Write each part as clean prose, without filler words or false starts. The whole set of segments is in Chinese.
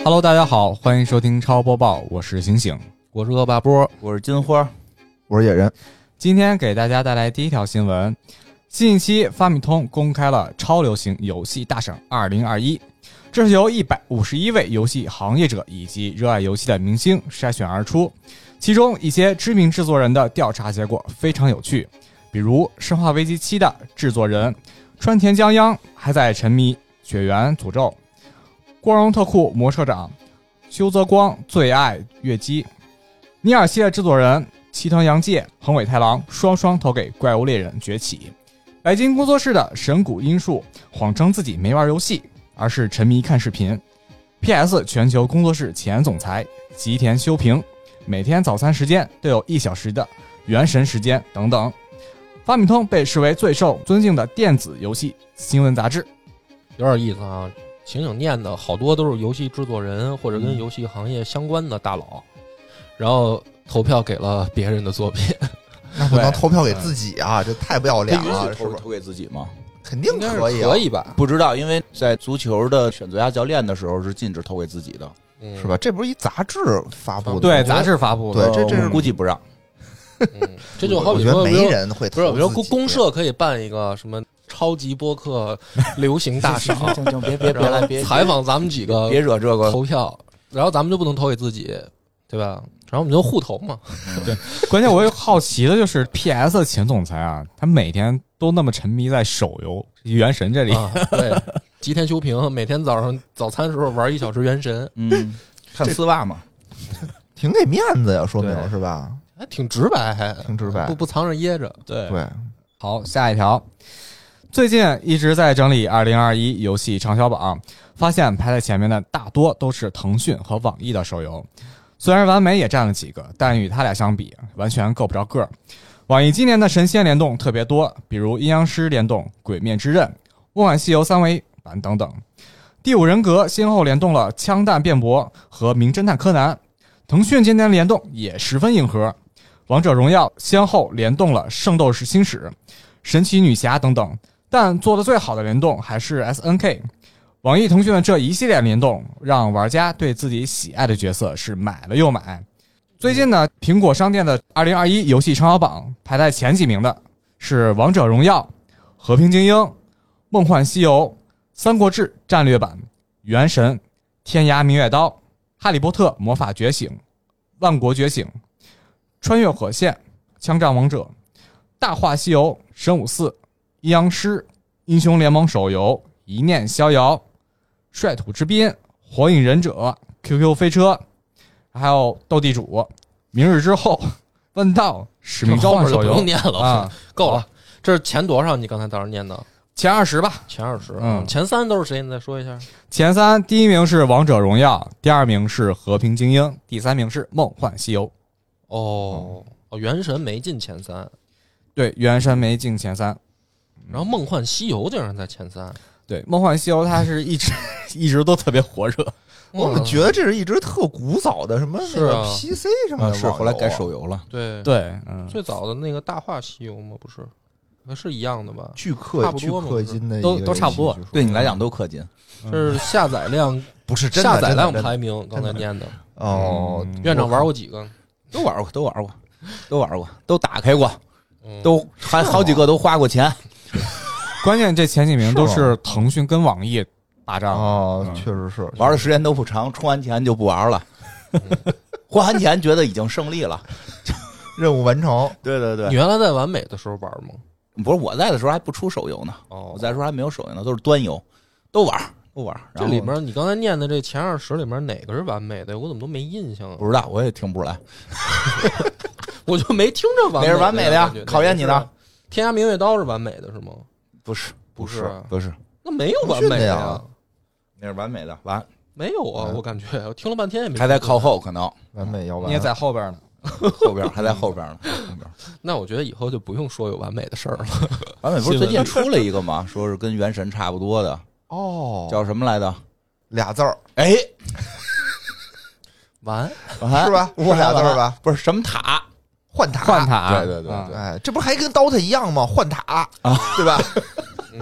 Hello， 大家好，欢迎收听超播报，我是醒醒， 我是恶霸波， 我是金花， 我是野人。 今天给大家带来第一条新闻，新一期发米通公开了超流行游戏大赏2021，这是由151位游戏行业者以及热爱游戏的明星筛选而出，其中一些知名制作人的调查结果非常有趣，比如《生化危机7》的制作人川田将央还在沉迷血缘诅咒，光荣特库魔社长修泽光最爱月姬，尼尔系列制作人齐藤洋介、横尾太郎双双投给怪物猎人崛起。白金工作室的神谷英树谎称自己没玩游戏，而是沉迷看视频。PS 全球工作室前总裁吉田修平每天早餐时间都有1小时的原神时间等等。发米通被视为最受尊敬的电子游戏新闻杂志。 有点意思啊。醒醒念的好多都是游戏制作人或者跟游戏行业相关的大佬，然后投票给了别人的作品。 那不能投票给自己啊，这太不要脸了，是不是？ 投给自己吗？ 肯定可以、啊， 可以吧？ 不知道，因为在足球的选最佳教练的时候是禁止投给自己的， 是吧？这不是一杂志发布的， 对，杂志发布的， 对，这是估计不让。 这就好比说， 我觉得没人会投， 不是，比如公社可以办一个什么超级播客流行大赏， 行，别来，别采访咱们几个， 别惹这个投票，然后咱们就不能投给自己，对吧？然后我们就互投嘛。 对，关键我有好奇的就是 PS 的前总裁啊，他每天都那么沉迷在手游原神这里。 对，吉田修平每天早上早餐时候玩1小时原神， 看丝袜嘛， 挺给面子呀，说明是吧？ 还挺直白， 挺直白， 不藏着掖着。 对， 好，下一条。最近一直在整理2021游戏畅销榜，发现排在前面的大多都是腾讯和网易的手游。虽然完美也占了几个，但与他俩相比，完全够不着个儿。网易今年的神仙联动特别多，比如阴阳师联动、鬼面之刃、梦幻西游3维版等等。第五人格先后联动了枪弹辩驳和名侦探柯南。腾讯今年联动也十分硬核，王者荣耀先后联动了圣斗士星矢、神奇女侠等等，但做的最好的联动还是 SNK。网易腾讯的这一系列联动让玩家对自己喜爱的角色是买了又买。最近呢，苹果商店的2021游戏畅销榜排在前几名的是王者荣耀、和平精英、梦幻西游、三国志战略版、原神、天涯明月刀、哈利波特魔法觉醒、万国觉醒、穿越火线、枪战王者、大话西游、神武4、阴阳师、英雄联盟手游、一念逍遥、率土之滨、火影忍者、QQ 飞车，还有斗地主、明日之后、问道、使命召唤手游。 不用念了啊， 够了。这是前多少？你刚才早上念的前20吧， 前20。前3都是谁？你再说一下。 前3，第一名是王者荣耀，第2名是和平精英，第3名是梦幻西游。 原神没进前3， 对，原神没进前3， 然后梦幻西游竟然在前3。 对，梦幻西游它是一直都特别火热。 我们觉得这是一直特古早的什么那个 PC 什么的， 是后来改手游了。 对，最早的那个大话西游吗？不是，是一样的吧？ 巨氪金的都差不多， 对你来讲都氪金。 这是下载量不是真的下载量排名，刚才念的。院长玩过几个？ 都玩过，都打开过，都还好几个都花过钱。 关键这前几名都是腾讯跟网易打仗确实是玩的时间都不长，充完钱就不玩了，花完钱觉得已经胜利了， 任务完成。 对， 你原来在完美的时候玩吗？ 不是，我在的时候还不出手游呢。我在的时候还没有手游呢，都是端游，都玩。 这里面你刚才念的这前20里面哪个是完美的？我怎么都没印象啊？ 不知道，我也听不出来。 我就没听着完美的。 哪是完美的呀？考验你呢。 天涯明月刀是完美的是吗？ 不是， 那没有完美的呀。 那是完美的，完没有啊？我感觉我听了半天也没。 还在靠后，可能完美要完。 你也在后边呢， 后边还在后边呢。 那我觉得以后就不用说有完美的事儿了。 完美不是最近出了一个吗？说是跟原神差不多的叫什么来着 ？2字儿。 哎， 完是吧？是2字儿吧？ 不是什么塔。 换塔， 对， 哎，这不还跟 DOTA 一样吗？换塔啊，对吧？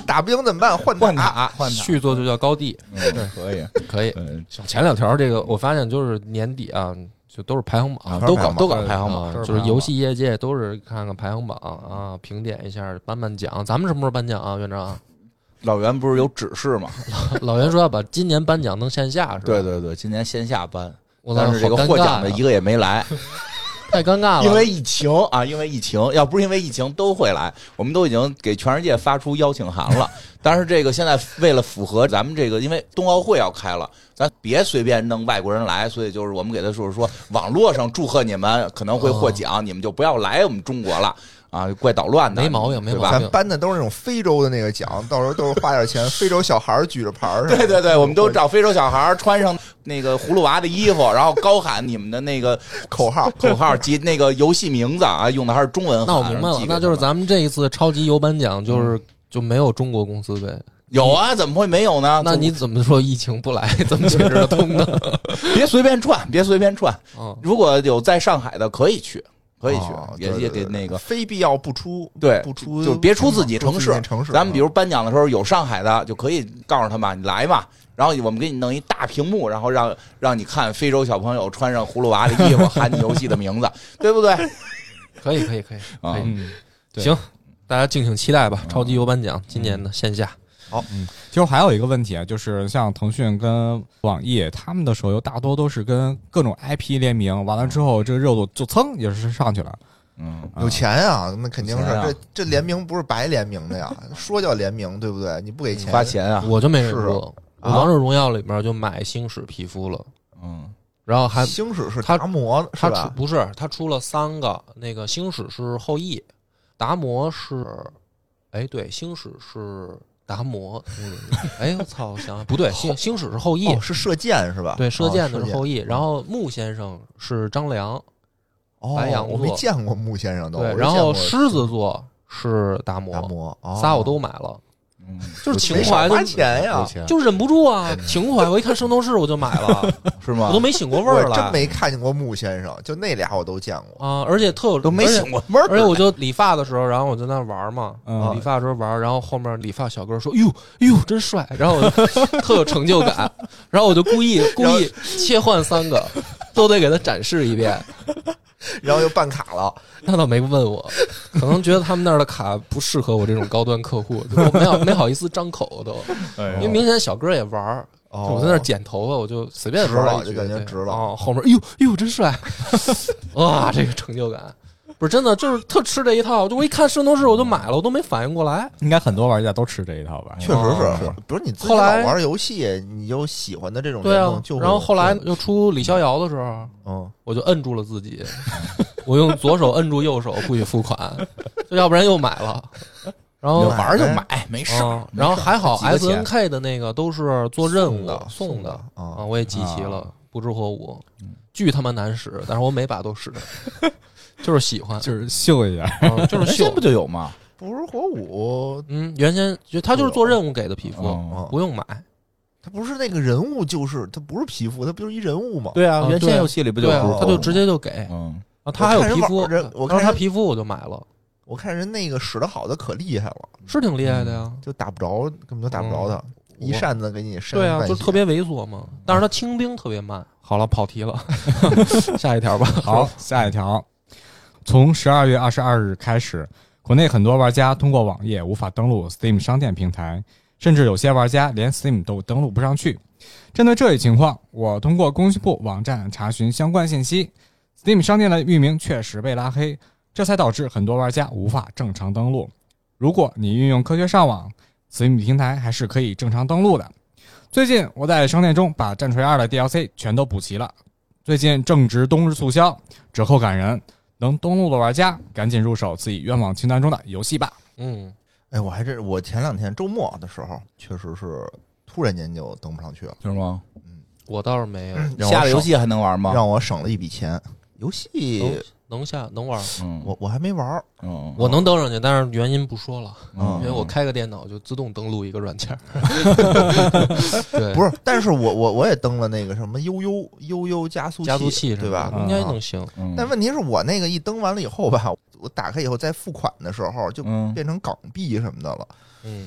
打不赢怎么办？换塔， 续作就叫高地。可以。前2条这个我发现就是年底啊，就都是排行榜， 都搞排行榜， 就是游戏业界都是看看排行榜啊，评点一下，颁奖。咱们什么时候颁奖啊，院长？ 老袁不是有指示吗？ 老袁说要把今年颁奖弄线下，是吧？ 对，今年线下颁， 但是这个获奖的一个也没来。 太尴尬了， 因为疫情，要不是因为疫情都会来，我们都已经给全世界发出邀请函了。但是这个现在为了符合咱们这个，因为冬奥会要开了，咱别随便弄外国人来，所以就是我们给他说网络上祝贺你们可能会获奖，你们就不要来我们中国了。啊，怪捣乱的， 没毛病， 咱颁的都是那种非洲的那个奖，到时候都是花点钱，非洲小孩举着牌儿。 对，我们都找非洲小孩穿上那个葫芦娃的衣服，然后高喊你们的那个口号及那个游戏名字啊，用的还是中文喊。 那我明白了，那就是咱们这一次超级游颁奖就没有中国公司呗？ 有啊，怎么会没有呢？ 那你怎么说疫情不来，怎么解释得通呢？ 别随便串。如果有在上海的可以去。也给那个非必要不出， 就别出自己城市。咱们比如颁奖的时候有上海的，就可以告诉他们你来嘛，然后我们给你弄一大屏幕，然后让你看非洲小朋友穿上葫芦娃的衣服喊你游戏的名字，对不对？ 可以，行，大家敬请期待吧。超级游颁奖今年的线下。 好，其实还有一个问题啊，就是像腾讯跟网易他们的手游大多都是跟各种 IP 联名，完了之后这个热度就蹭也是上去了。 有钱啊，那肯定是这联名不是白联名的呀，说叫联名对不对？你不给钱花钱啊， 我就没忍住。我王者荣耀里面就买星矢皮肤了，然后还星矢是达摩是吧？ 不是，他出了3个，那个星矢是后羿，达摩是，对，星矢是。达摩，我操！我想不对，星矢是后羿， 是射箭是吧？ 对，射箭的是后羿。然后木先生是张良，白羊座， 我没见过木先生都。 对，然后狮子座是达摩，仨我都买了。就是情怀， 花钱呀， 就忍不住啊，情怀。我一看圣斗士我就买了， 是吗？ 我都没醒过味儿来， 我真没看见过木先生，就那俩我都见过啊，而且都没醒过味儿。 而且我就理发的时候，然后我在那玩嘛，理发的时候玩，然后后面理发小哥说：“哟，真帅！”然后我就特有成就感，然后我就故意切换3个，都得给他展示一遍。 然后又办卡了， 那倒没问我，可能觉得他们那儿的卡不适合我这种高端客户，我没好意思张口都，因为明显小哥也玩，我在那儿剪头发，我就随便说了一句， 就感觉值了。 后面哟真帅，哇，这个成就感。不是真的，就是特吃这一套。就我一看圣斗士，我就买了，我都没反应过来。 应该很多玩家都吃这一套吧？ 确实是。不是你自己老玩游戏，你就喜欢的这种联动就。 然后后来又出李逍遥的时候，我就摁住了自己，我用左手摁住右手，不许付款，要不然又买了。然后玩就买，没事。 然后还好 SNK 的那个都是做任务送的啊，我也集齐了，不知火舞，巨他妈难使，但是我每把都使。就是喜欢， 就是秀一下， 就是秀， 不就有吗？ 不是火舞， 原先他就是做任务给的皮肤，不用买。 他不是那个人物，就是他不是皮肤，他不就是一人物吗？ 对啊，原先游戏里不就他就直接就给，他还有皮肤， 我看他皮肤我就买了。 我看人那个使得好的可厉害了， 是挺厉害的呀， 就打不着，根本就打不着他，一扇子给你扇。 对啊，就特别猥琐嘛。但是他清兵特别慢。好了，跑题了，下一条吧。 好，下一条。从12月22日开始，国内很多玩家通过网页无法登录 Steam 商店平台，甚至有些玩家连 Steam 都登录不上去。针对这一情况，我通过工信部网站查询相关信息， Steam 商店的域名确实被拉黑，这才导致很多玩家无法正常登录。如果你运用科学上网， Steam 平台还是可以正常登录的。最近我在商店中把战锤2的 DLC 全都补齐了，最近正值冬日促销，折扣感人，能登录的玩家赶紧入手自己愿望清单中的游戏吧。 我前2天周末的时候确实是突然间就登不上去了， 是吗？ 我倒是没有。 下了游戏还能玩吗？ 让我省了一笔钱。游戏能下能玩， 我还没玩， 我能登上去，但是原因不说了，因为我开个电脑就自动登录一个软件。对， 不是，但是我也登了那个什么悠悠加速器， 对吧？ 应该能行。 但问题是我那个一登完了以后吧，我打开以后再付款的时候就变成港币什么的了。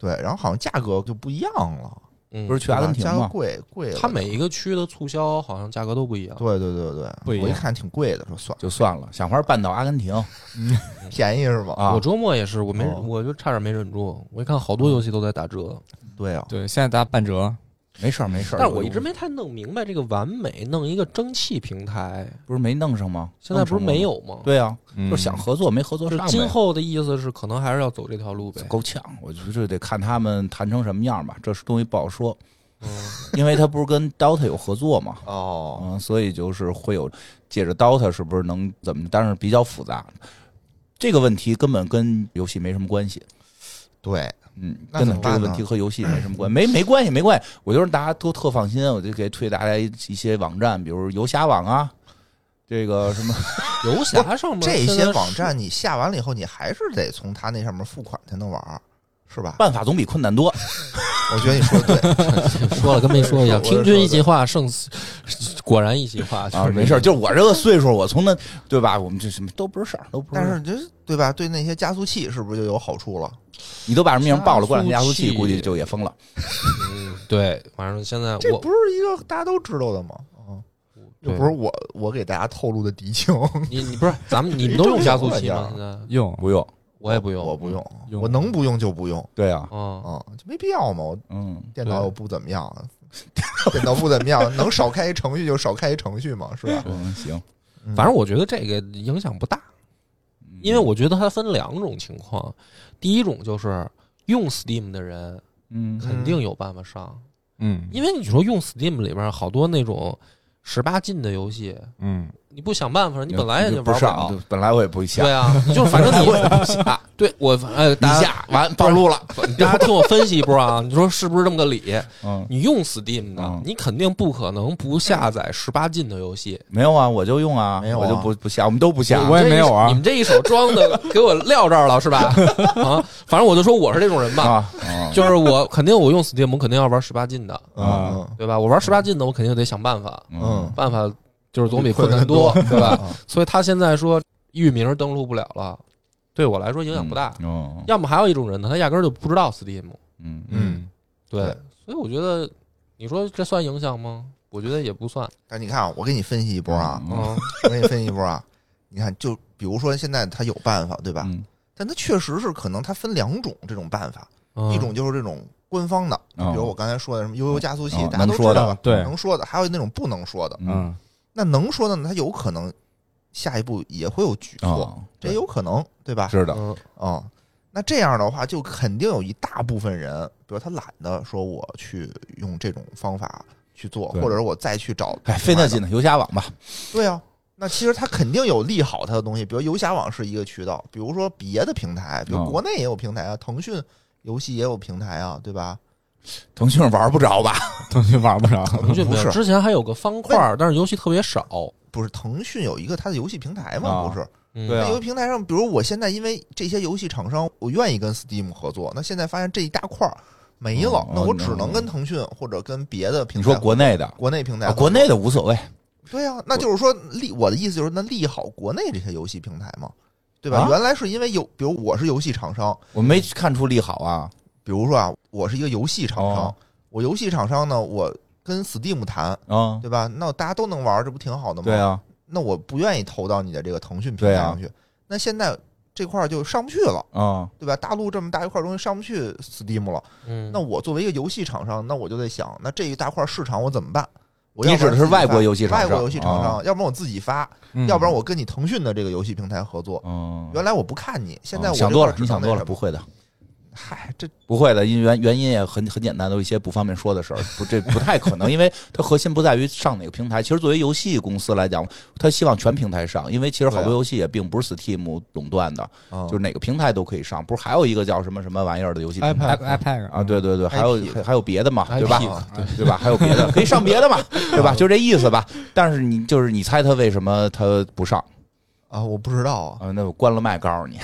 对，然后好像价格就不一样了。 不是去阿根廷吗？ 贵了。 它每一个区的促销好像价格都不一样。 对， 不一样。 我一看挺贵的，说算了，想法办到阿根廷， 便宜是吧？ 啊， 我周末也是，我就差点没忍住。我一看好多游戏都在打折。 对啊， 对，现在大家半折， 没事儿。 但是我一直没太弄明白，这个完美弄一个蒸汽平台， 不是没弄上吗？ 现在不是没有吗？ 对啊，就想合作没合作上。 今后的意思是，可能还是要走这条路呗。 够呛，我觉得这得看他们谈成什么样吧，这是东西不好说。因为他不是跟 DOTA 有合作嘛，所以就是会有借着 DOTA 是不是能怎么，但是比较复杂。这个问题根本跟游戏没什么关系。 对， 真的这个问题和游戏没什么关系，没关系。我就是大家都特放心，我就给推大家一些网站，比如游侠网啊，这个什么游侠上面这些网站，你下完了以后，你还是得从他那上面付款才能玩，是吧？ 办法总比困难多。 我觉得你说的对， 说了跟没说一样。听君一席话，胜果然一席话啊！没事，就是我这个岁数，我从那对吧？我们这什么都不是事儿，都不是。 但是这对吧？对那些加速器是不是就有好处了？ 你都把名报了，过两天加速器估计就也疯了。 对，反正现在这不是一个大家都知道的吗？又不是我给大家透露的敌情。 你不是你们都用加速器吗？现在用不用？ 我也不用， 我不用，我能不用就不用。 对啊， 就没必要嘛。电脑又不怎么样，电脑不怎么样，能少开一程序就少开一程序嘛，是吧？ 行， 反正我觉得这个影响不大，因为我觉得它分两种情况。第一种就是用 Steam 的人，肯定有办法上，因为你说用 Steam 里边好多那种18禁的游戏，你不想办法，你本来也就玩不了。 本来我也不下。 对啊，你就反正你我也不下。 对我你下完暴露了， 大家听我分析一波啊，你说是不是这么个理？你用 Steam 的，你肯定不可能不下载18禁的游戏。 没有啊，我就用啊，我就不下，我们都不下。 我也没有啊。 你们这一手装的给我撂这儿了是吧？啊，反正我就说我是这种人吧，就是我肯定我用 Steam， 我肯定要玩18禁的，对吧？我玩18禁的，我肯定得想办法，办法。就是总比困难多，对吧？所以他现在说域名登录不了了，对我来说影响不大。要么还有一种人呢，他压根儿就不知道 Steam。对，所以我觉得你说这算影响吗？我觉得也不算。 但你看啊，我给你分析一波啊，我给你分析一波啊。你看，就比如说现在他有办法，对吧？但他确实是可能他分两种这种办法，一种就是这种官方的，比如我刚才说的什么悠悠加速器，大家都知道吧？ 对， 能说的，还有那种不能说的。那能说的呢，他有可能下一步也会有举措，这有可能，对吧？ 是的， 那这样的话，就肯定有一大部分人，比如他懒得说我去用这种方法去做，或者是我再去找， 费那劲呢，游侠网吧。 对啊，那其实他肯定有利好他的东西，比如游侠网是一个渠道，比如说别的平台，比如国内也有平台啊，腾讯游戏也有平台啊，对吧？ 腾讯玩不着吧？ 腾讯玩不着， 腾讯不是之前还有个方块，但是游戏特别少。 不是腾讯有一个它的游戏平台吗？不是， 对啊。 游戏平台上，比如我现在因为这些游戏厂商，我愿意跟 Steam 合作，那现在发现这一大块没了，那我只能跟腾讯或者跟别的平台。 你说国内的， 国内平台， 国内的无所谓。 对啊，那就是说我的意思就是，那利好国内这些游戏平台嘛，对吧？原来是因为比如我是游戏厂商， 我没看出利好啊。 比如说啊，我是一个游戏厂商，我游戏厂商呢，我跟 Steam 谈，对吧？那大家都能玩，这不挺好的吗？ 对啊。 那我不愿意投到你的这个腾讯平台上去，那现在这块就上不去了，对吧？大陆这么大一块东西上不去 Steam 了，那我作为一个游戏厂商，那我就在想，那这一大块市场我怎么办？ 你指的是外国游戏厂商， 外国游戏厂商，要不然我自己发，要不然我跟你腾讯的这个游戏平台合作。原来我不看你，现在我想多了，你想多了，不会的。 嗨，这不会的，原因也很简单，都一些不方便说的事儿，这不太可能，因为它核心不在于上哪个平台。其实作为游戏公司来讲，他希望全平台上，因为其实好多游戏也并不是 Steam 垄断的，就是哪个平台都可以上。不是还有一个叫什么玩意儿的游戏平台 iPad 啊？对对对，还有别的嘛，对吧？对吧？还有别的可以上别的嘛，对吧？就这意思吧。但是你猜他为什么他不上？ 啊，我不知道啊，那我关了麦告诉你，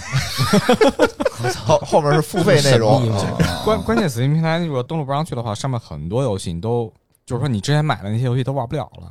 后面是付费内容。 关键 Steam 平台如果登录不上去的话，上面很多游戏你都就是说你之前买的那些游戏都玩不了了。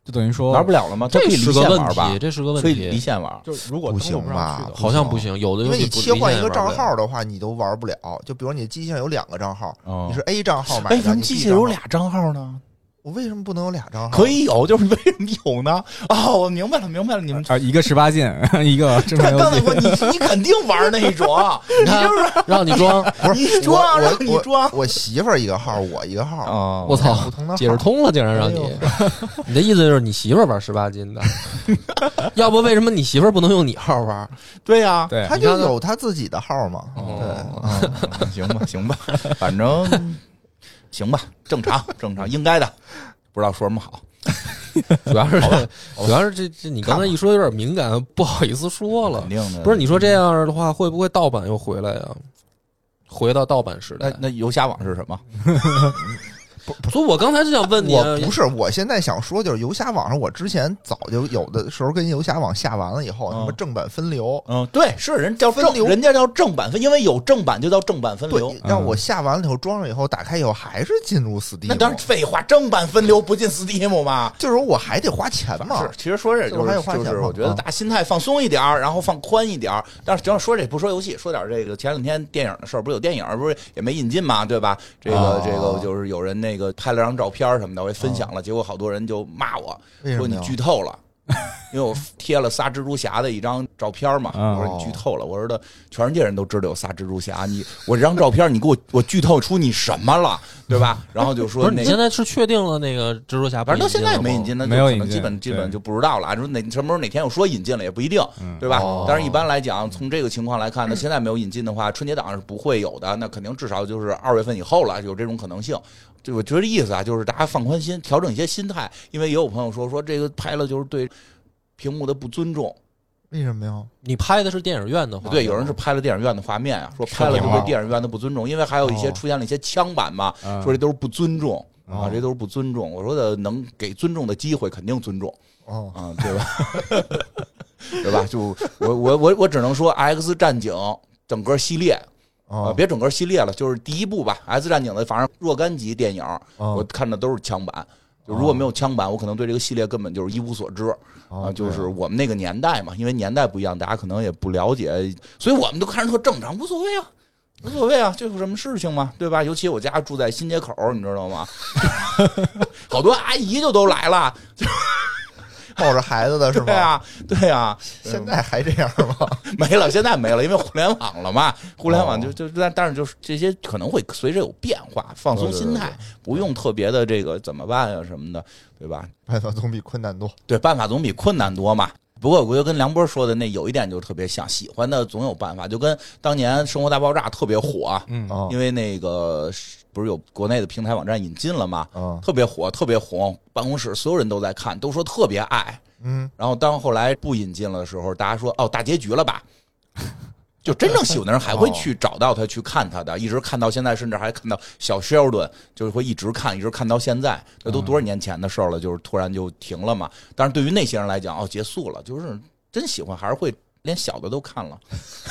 就等于说玩不了了吗？ 这可以离线是个问玩吧？ 题，这是个问可以题。 离线玩， 就是如果不行吧？ 好像不行，有的因为你切换一个账离线也玩不了号的话，你都玩不了。就比如你机器上有2个账号，你是 A 账号买哎， 的， 咱机器有俩账号呢？ 我为什么不能有2账号？ 可以有，就是为什么有呢？哦，我明白了，明白了，你们一个18禁，一个正常游戏。 刚才说你肯定玩那种，你就是让你装， 不是你装，让你装。 我媳妇儿一个号，我一个号。 哦， 我操不同的号解释通了，竟然让你，你的意思就是你媳妇儿玩18禁的，要不为什么你媳妇儿不能用你号玩？ 对呀， 对， 他就有他自己的号嘛。 对，行吧，行吧，反正行吧，正常，应该的。不知道说什么好， 主要是这你刚才一说有点敏感，不好意思说了。 肯定的， 不是你说这样的话，会不会盗版又回来呀？回到盗版时代？ 那游侠网是什么？ 所以我刚才就想问你， 我不是，我现在想说就是游侠网上，我之前早就有的时候跟游侠网下完了以后，什么正版分流， 对，是人叫分流， 人家叫正版分，因为有正版就叫正版分流。 对，让我下完了以后装上以后，打开以后还是进入 Steam， 那当然废话，正版分流不进 Steam 嘛， 就是我还得花钱嘛。 是，其实说这就是我觉得大家心态放松一点，然后放宽一点。但是只要说这不说游戏，说点这个前两天电影的事儿，不是有电影不是也没引进嘛，对吧？这个就是有人那个拍了张照片什么的，我也分享了，结果好多人就骂我说你剧透了。因为我贴了仨蜘蛛侠的一张照片嘛，我说你剧透了，我说的全世界人都知道有仨蜘蛛侠，我这张照片你给我剧透出你什么了，对吧？然后就说你现在是确定了那个蜘蛛侠， 反正到现在也没引进，那没有引进， 基本就不知道了。说什么时候哪天又说引进了也不一定，对吧？但是一般来讲，从这个情况来看呢，现在没有引进的话，春节档是不会有的，那肯定至少就是2月份以后了，有这种可能性。就我觉得意思啊，就是大家放宽心，调整一些心态，因为也有朋友说这个拍了就是对屏幕的不尊重。 为什么呀？ 你拍的是电影院的画面， 对，有人是拍了电影院的画面啊，说拍了就对电影院的不尊重，因为还有一些出现了一些枪版嘛，说这都是不尊重啊，这都是不尊重。我说的能给尊重的机会，肯定尊重对吧？对吧？就我只能说 X 战警整个系列。别整个系列了，就是第一部吧。X 战警的，反正若干集电影，我看的都是枪版。就如果没有枪版，我可能对这个系列根本就是一无所知就是我们那个年代嘛，因为年代不一样，大家可能也不了解，所以我们都看着特正常，无所谓啊，无所谓啊，这有什么事情嘛，对吧？尤其我家住在新街口，你知道吗？好多阿姨就都来了。 抱着孩子的是吧？ 对啊， 现在还这样吗？ 没了，现在没了，因为互联网了嘛。互联网但是就是这些可能会随着有变化，放松心态，不用特别的这个怎么办呀什么的，对吧？ 办法总比困难多。 对，办法总比困难多嘛。不过我就跟梁波说的那有一点就特别像，喜欢的总有办法，就跟当年《生活大爆炸》特别火，因为那个不是有国内的平台网站引进了嘛，特别火，特别红，办公室所有人都在看，都说特别爱，然后当后来不引进了的时候，大家说大结局了吧？就真正喜欢的人还会去找到他，去看他的，一直看到现在，甚至还看到小sheldon顿，就是会一直看到现在，这都多少年前的事了，就是突然就停了嘛。但是对于那些人来讲，结束了，就是真喜欢，还是会连小的都看了。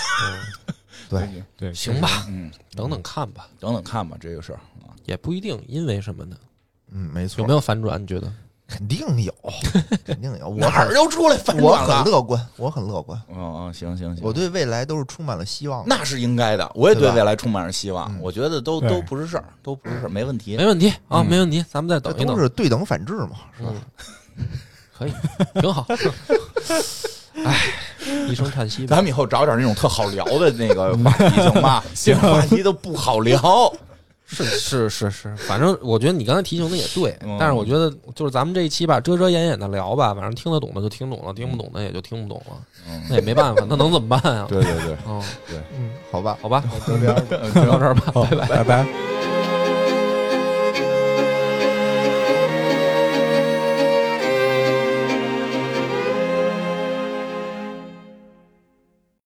对， 行吧，等等看吧， 这个事儿也不一定，因为什么呢？ 没错。 有没有反转？你觉得？ 肯定有，肯定有。 哪儿又出来反转了？ 我很乐观。 行， 我对未来都是充满了希望的。 那是应该的，我也对未来充满了希望。我觉得都不是事儿，没问题， 没问题啊，没问题。咱们再等一等， 都是对等反制嘛，是吧？ 可以，挺好。哎，一声叹息。 咱们以后找点那种特好聊的那个话题，行吗？这话题都不好聊。 是，反正我觉得你刚才提醒的也对，但是我觉得就是咱们这一期吧，遮遮掩掩的聊吧，反正听得懂的就听懂了，听不懂的也就听不懂了，那也没办法，那能怎么办啊？ 对， 好吧， 就这样吧，到这儿吧，拜拜。